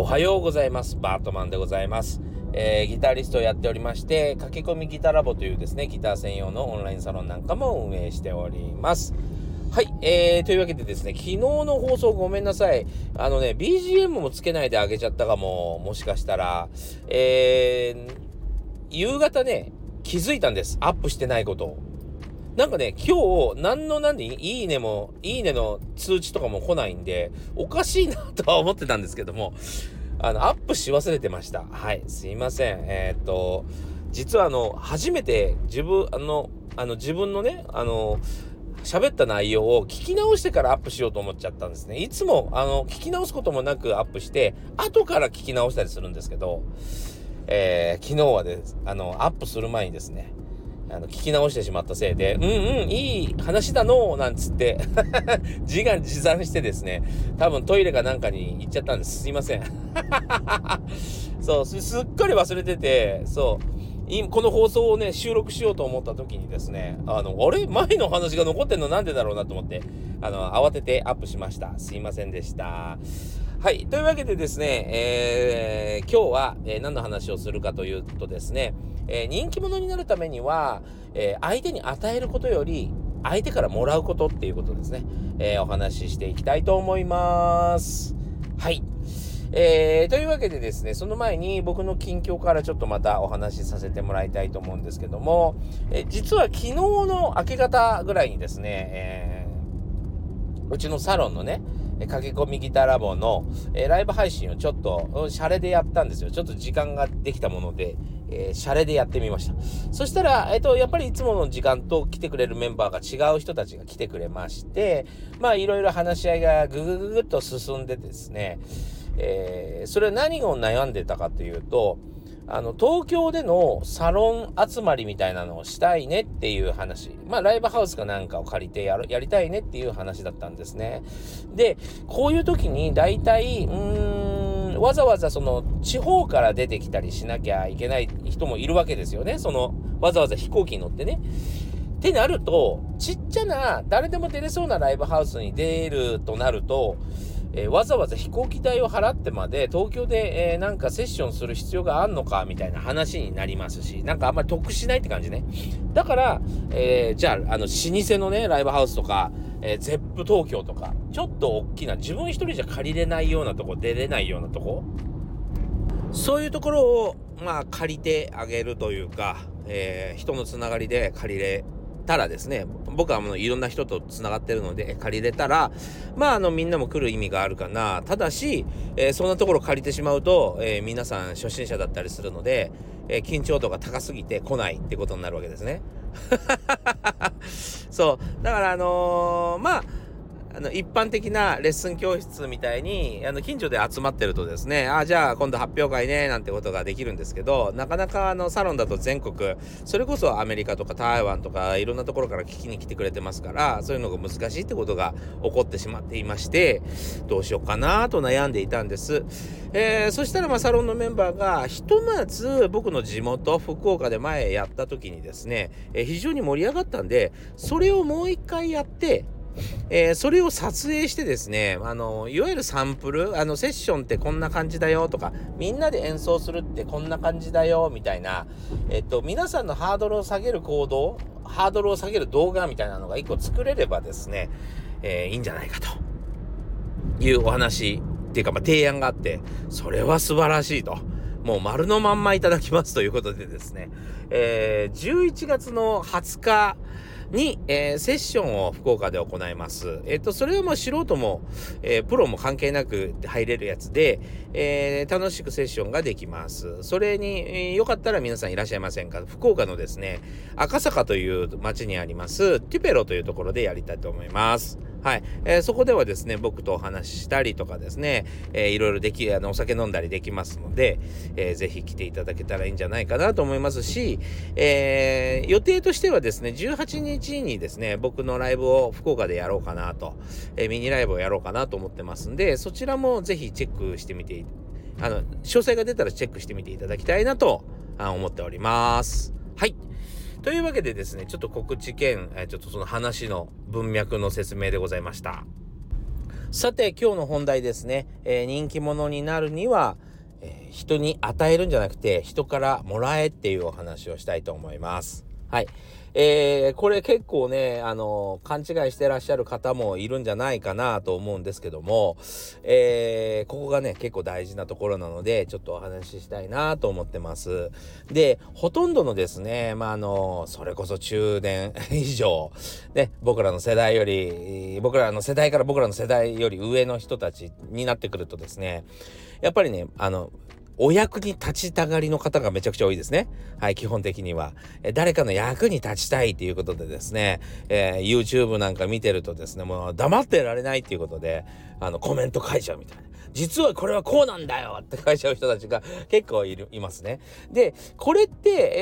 はようございます。バートマンでございます。ギタリストをやっておりまして、駆け込みギタラボというですね、ギター専用のオンラインサロンなんかも運営しております。はい、というわけでですね、昨日の放送ごめんなさい。BGM もつけないであげちゃったかも、もしかしたら、夕方ね、気づいたんです。アップしてないことを。なんかね、今日、いいねの通知とかも来ないんで、おかしいなとは思ってたんですけども、アップし忘れてました。はい、すいません。実は初めて自分のね、喋った内容を聞き直してからアップしようと思っちゃったんですね。いつも、聞き直すこともなくアップして、後から聞き直したりするんですけど、昨日はアップする前にですね、聞き直してしまったせいで、いい話だのなんつって自画自賛してですね、多分トイレかなんかに行っちゃったんです。すいませんそう、すっかり忘れてて、この放送をね、収録しようと思った時にですね、あれ前の話が残ってんのなんでだろうなと思って、慌ててアップしました。すいませんでした。はい。というわけでですね、今日は、何の話をするかというとですね、人気者になるためには、相手に与えることより、相手からもらうことっていうことですね。お話ししていきたいと思います。はい。というわけでですね、その前に僕の近況からちょっとまたお話しさせてもらいたいと思うんですけども、実は昨日の明け方ぐらいにですね、うちのサロンのね、駆け込みギターラボの、ライブ配信をちょっとシャレでやったんですよ。ちょっと時間ができたもので、シャレでやってみました。そしたら、やっぱりいつもの時間と来てくれるメンバーが違う人たちが来てくれまして、いろいろ話し合いがぐっと進んでですね、それは何を悩んでたかというと、東京でのサロン集まりみたいなのをしたいねっていう話。ライブハウスかなんかを借りてやりたいねっていう話だったんですね。で、こういう時に大体、わざわざ地方から出てきたりしなきゃいけない人もいるわけですよね。わざわざ飛行機に乗ってね。ってなると、ちっちゃな、誰でも出れそうなライブハウスに出るとなると、わざわざ飛行機代を払ってまで東京で、なんかセッションする必要があんのかみたいな話になりますし、なんかあんまり得しないって感じね。だから、じゃあ、老舗のね、ライブハウスとか、ゼップ東京とか、ちょっと大きな、自分一人じゃ借りれないようなとこ、出れないようなとこ、そういうところを、借りてあげるというか、人のつながりで借りれたらですね、僕はいろんな人とつながってるので借りれたら、みんなも来る意味があるかな。ただし、そんなところ借りてしまうと、皆さん初心者だったりするので、緊張度が高すぎて来ないってことになるわけですね。そう。だから一般的なレッスン教室みたいに、近所で集まってるとですね、じゃあ今度発表会ね、なんてことができるんですけど、なかなかサロンだと全国、それこそアメリカとか台湾とか、いろんなところから聞きに来てくれてますから、そういうのが難しいってことが起こってしまっていまして、どうしようかなと悩んでいたんです。そしたらサロンのメンバーが、ひとまず僕の地元、福岡で前やった時にですね、非常に盛り上がったんで、それをもう一回やって、それを撮影してですね、いわゆるサンプル、セッションってこんな感じだよとか、みんなで演奏するってこんな感じだよみたいな、皆さんのハードルを下げる行動、ハードルを下げる動画みたいなのが一個作れればですね、いいんじゃないかというお話っていうか、提案があって、それは素晴らしいと。もう丸のまんまいただきますということでですね、11月の20日、に、セッションを福岡で行います。それは素人も、プロも関係なく入れるやつで、楽しくセッションができます。それに、よかったら皆さんいらっしゃいませんか？福岡のですね、赤坂という町にあります、テュペロというところでやりたいと思います。はい。そこではですね、僕とお話ししたりとかですね、いろいろお酒飲んだりできますので、ぜひ来ていただけたらいいんじゃないかなと思いますし、予定としてはですね、18日にですね、僕のライブを福岡でやろうかなと、ミニライブをやろうかなと思ってますんで、そちらもぜひチェックしてみて、詳細が出たらチェックしてみていただきたいなと思っております。はい。というわけでですね、ちょっと告知兼、ちょっとその話の文脈の説明でございました。 さて今日の本題ですね、人気者になるには、人に与えるんじゃなくて人からもらえっていうお話をしたいと思います。はい。これ結構ね、勘違いしてらっしゃる方もいるんじゃないかなと思うんですけども、ここがね、結構大事なところなので、ちょっとお話ししたいなと思ってます。で、ほとんどのですね、それこそ中年以上、ね、僕らの世代から僕らの世代より上の人たちになってくるとですね、やっぱりね、お役に立ちたがりの方がめちゃくちゃ多いですね。はい、基本的には。誰かの役に立ちたいということでですね、YouTube なんか見てるとですね、もう黙ってられないっていうことで、コメント書いちゃうみたいな。実はこれはこうなんだよって書いちゃう人たちが結構いますね。で、これって、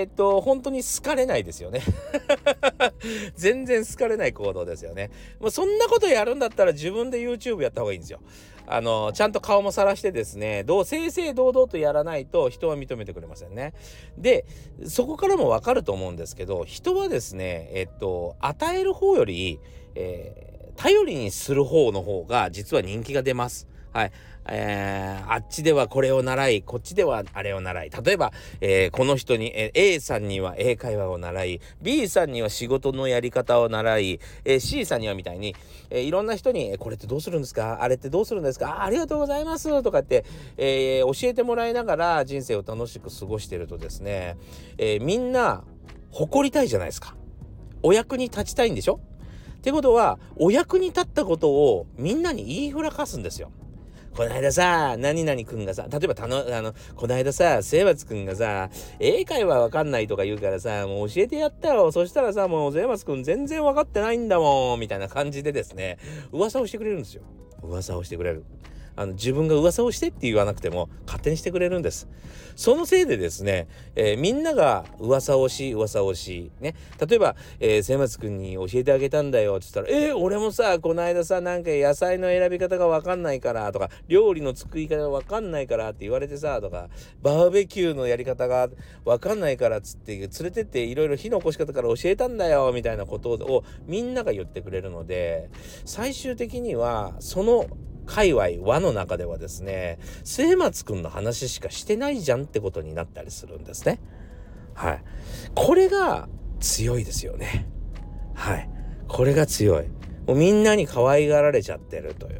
本当に好かれないですよね。全然好かれない行動ですよね。もうそんなことやるんだったら自分で YouTube やった方がいいんですよ。ちゃんと顔もさらしてですね、正々堂々とやらないと人は認めてくれませんね。で、そこからもわかると思うんですけど、人はですね、与える方より、頼りにする方の方が実は人気が出ます。はい。あっちではこれを習い、こっちではあれを習い。例えば、この人に、A さんには英会話を習い、B さんには仕事のやり方を習い、C さんにはみたいに、いろんな人に、これってどうするんですか？あれってどうするんですか？ありがとうございますとかって、教えてもらいながら人生を楽しく過ごしているとですね、みんな誇りたいじゃないですか。お役に立ちたいんでしょ？ってことは、お役に立ったことをみんなに言いふらかすんですよ。こないださ、何々くんがさ、例えばこないださ、末松くんがさ、英会話わかんないとか言うからさ、もう教えてやったよ。そしたらさ、もう末松くん全然わかってないんだもん、みたいな感じでですね、噂をしてくれるんですよ。噂をしてくれる。自分が噂をしてって言わなくても勝手にしてくれるんです。そのせいでですね、みんなが噂をしね、例えば、末松くんに教えてあげたんだよって言ったら、俺もさこの間さなんか野菜の選び方が分かんないからとか、料理の作り方が分かんないからって言われてさとか、バーベキューのやり方が分かんないからっつって連れてっていろいろ火の起こし方から教えたんだよみたいなことをみんなが言ってくれるので、最終的にはその界隈輪の中ではですね、末松くんの話しかしてないじゃんってことになったりするんですね。はい。これが強いですよね。はい。これが強い。もうみんなに可愛がられちゃってるという。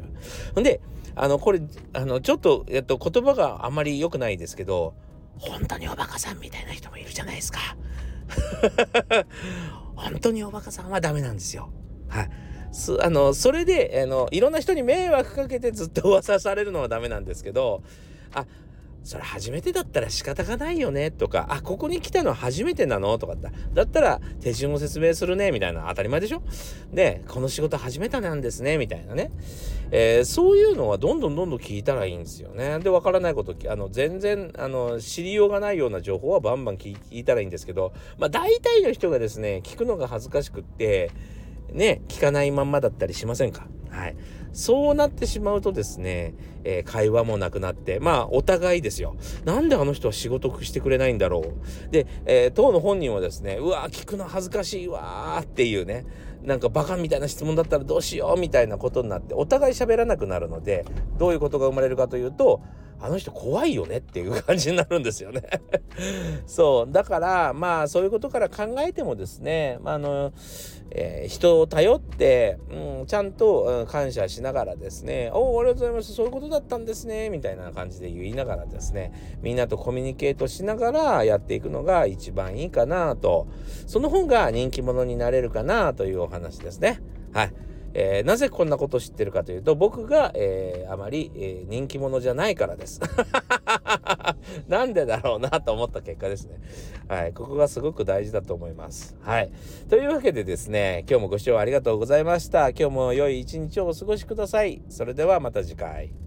んで、これ、ちょっと、言葉があんまり良くないですけど、本当におバカさんみたいな人もいるじゃないですか。本当におバカさんはダメなんですよ。はい。それでいろんな人に迷惑かけてずっと噂されるのはダメなんですけど、それ初めてだったら仕方がないよねとか、ここに来たの初めてなのとかだったら手順を説明するねみたいな、当たり前でしょ。で、この仕事初めてなんですねみたいなね、そういうのはどんどん聞いたらいいんですよね。で、わからないこと全然知りようがないような情報はバンバン聞いたらいいんですけど、大体の人がですね、聞くのが恥ずかしくってね、聞かないまんまだったりしませんか？はい。そうなってしまうとですね、会話もなくなって、お互いですよ。なんであの人は仕事してくれないんだろう。で、当の本人はですね、聞くの恥ずかしいわーっていうね、なんかバカみたいな質問だったらどうしようみたいなことになって、お互い喋らなくなるので、どういうことが生まれるかというと、あの人怖いよねっていう感じになるんですよね。そう。だから、そういうことから考えてもですね、人を頼って、ちゃんと、感謝しながらですね、ありがとうございます。そういうことだったんですね。みたいな感じで言いながらですね、みんなとコミュニケートしながらやっていくのが一番いいかなと。その方が人気者になれるかなというお話ですね。はい。なぜこんなことを知ってるかというと、僕が、あまり、人気者じゃないからです。なんでだろうなと思った結果ですね。はい。ここがすごく大事だと思います。はい。というわけでですね、今日もご視聴ありがとうございました。今日も良い一日をお過ごしください。それではまた次回。